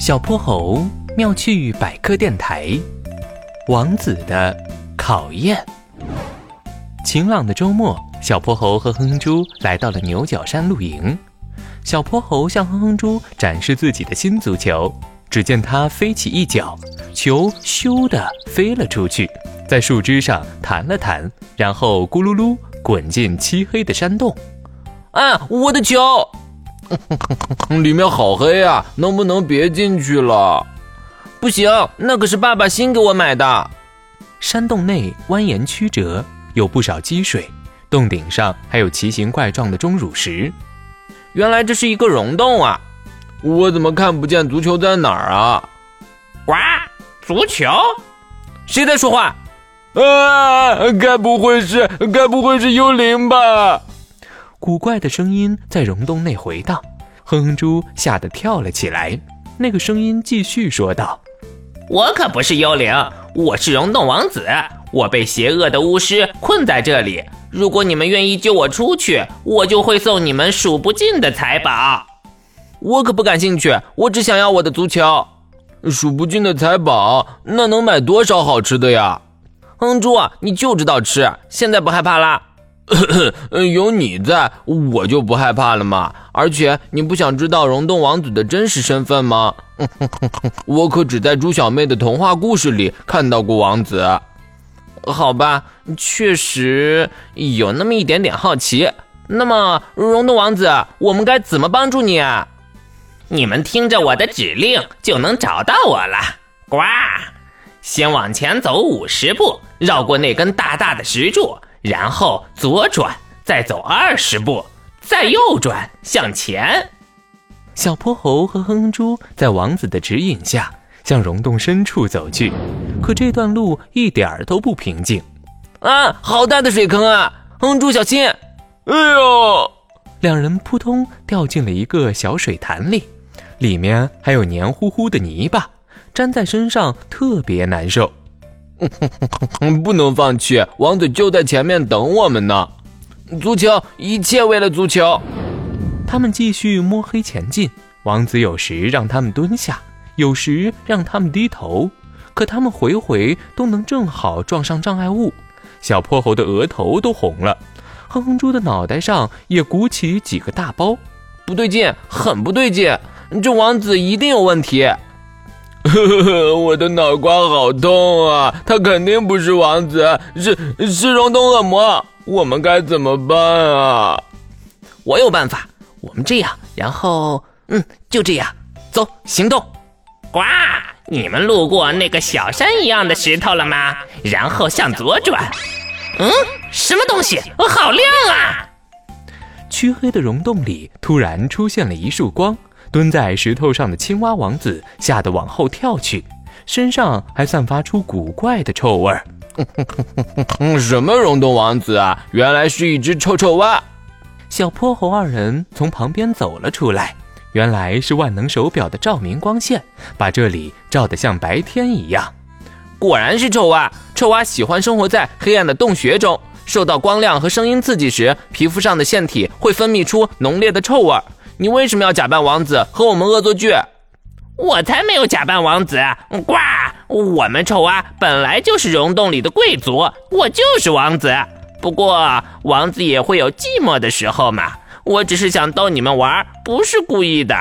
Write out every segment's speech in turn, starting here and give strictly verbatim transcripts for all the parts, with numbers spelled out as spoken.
小泼猴妙趣百科电台，王子的考验。晴朗的周末，小泼猴和哼哼猪来到了牛角山露营。小泼猴向哼哼猪展示自己的新足球，只见他飞起一脚，球咻地飞了出去，在树枝上弹了弹，然后咕噜噜滚进漆黑的山洞。 啊，我的球！里面好黑啊，能不能别进去了？不行，那可是爸爸新给我买的。 山洞内蜿蜒曲折，有不少积水，洞顶上还有奇形怪状的钟乳石。 原来这是一个溶洞啊！我怎么看不见足球在哪儿啊？ 呱，足球？ 谁在说话？啊，该不会是该不会是幽灵吧？ 古怪的声音在溶洞内回荡，哼哼猪吓得跳了起来。那个声音继续说道： 我可不是幽灵，我是溶洞王子，我被邪恶的巫师困在这里，如果你们愿意救我出去，我就会送你们数不尽的财宝。 我可不感兴趣，我只想要我的足球。数不尽的财宝，那能买多少好吃的呀？哼猪啊，你就知道吃，现在不害怕啦？有你在，我就不害怕了嘛。而且你不想知道溶洞王子的真实身份吗？我可只在猪小妹的童话故事里看到过王子。好吧，确实有那么一点点好奇。那么溶洞王子，我们该怎么帮助你啊？ 你们听着我的指令就能找到我了。呱，先往前走五十步，绕过那根大大的石柱，然后左转，再走二十步，再右转向前。 小泼猴和哼哼猪在王子的指引下向溶洞深处走去，可这段路一点都不平静。 啊，好大的水坑啊！哼哼猪小心！哎呦！ 两人扑通掉进了一个小水潭里，里面还有黏糊糊的泥巴，粘在身上特别难受。 不能放弃，王子就在前面等我们呢。足球，一切为了足球。 他们继续摸黑前进，王子有时让他们蹲下，有时让他们低头，可他们回回都能正好撞上障碍物。小泼猴的额头都红了，哼哼猪的脑袋上也鼓起几个大包。 不对劲，很不对劲，这王子一定有问题。呵呵，我的脑瓜好痛啊！他肯定不是王子，是是溶洞恶魔。我们该怎么办啊？ 我有办法，我们这样，然后嗯，就这样，走，行动。呱，你们路过那个小山一样的石头了吗？然后向左转。嗯，什么东西？好亮啊！ 黢黑的溶洞里突然出现了一束光。蹲在石头上的青蛙王子吓得往后跳去，身上还散发出古怪的臭味儿。 什么溶洞王子啊？原来是一只臭臭蛙。 小泼猴二人从旁边走了出来，原来是万能手表的照明光线把这里照得像白天一样。 果然是臭蛙，臭蛙喜欢生活在黑暗的洞穴中，受到光亮和声音刺激时，皮肤上的腺体会分泌出浓烈的臭味。你为什么要假扮王子和我们恶作剧？ 我才没有假扮王子！呱，我们臭蛙本来就是溶洞里的贵族，我就是王子。不过王子也会有寂寞的时候嘛，我只是想逗你们玩，不是故意的。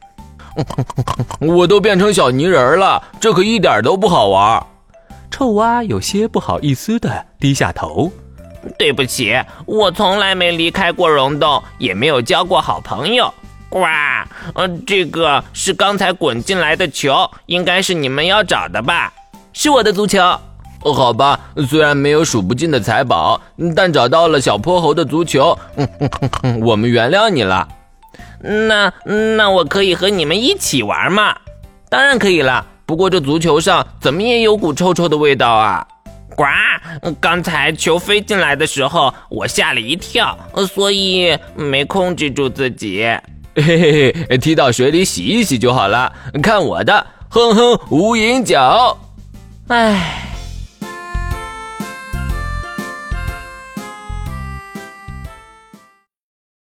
我都变成小泥人了，这可一点都不好玩。 臭蛙有些不好意思地低下头。 对不起，我从来没离开过溶洞，也没有交过好朋友。呱，呃，这个是刚才滚进来的球，应该是你们要找的吧？ 是我的足球。哦，好吧，虽然没有数不尽的财宝，但找到了小泼猴的足球，我们原谅你了。 那那我可以和你们一起玩吗？ 当然可以了，不过这足球上怎么也有股臭臭的味道啊。 呱，刚才球飞进来的时候，我吓了一跳，所以没控制住自己。 嘿嘿嘿，踢到水里洗一洗就好了。看我的，哼哼无影脚。 唉。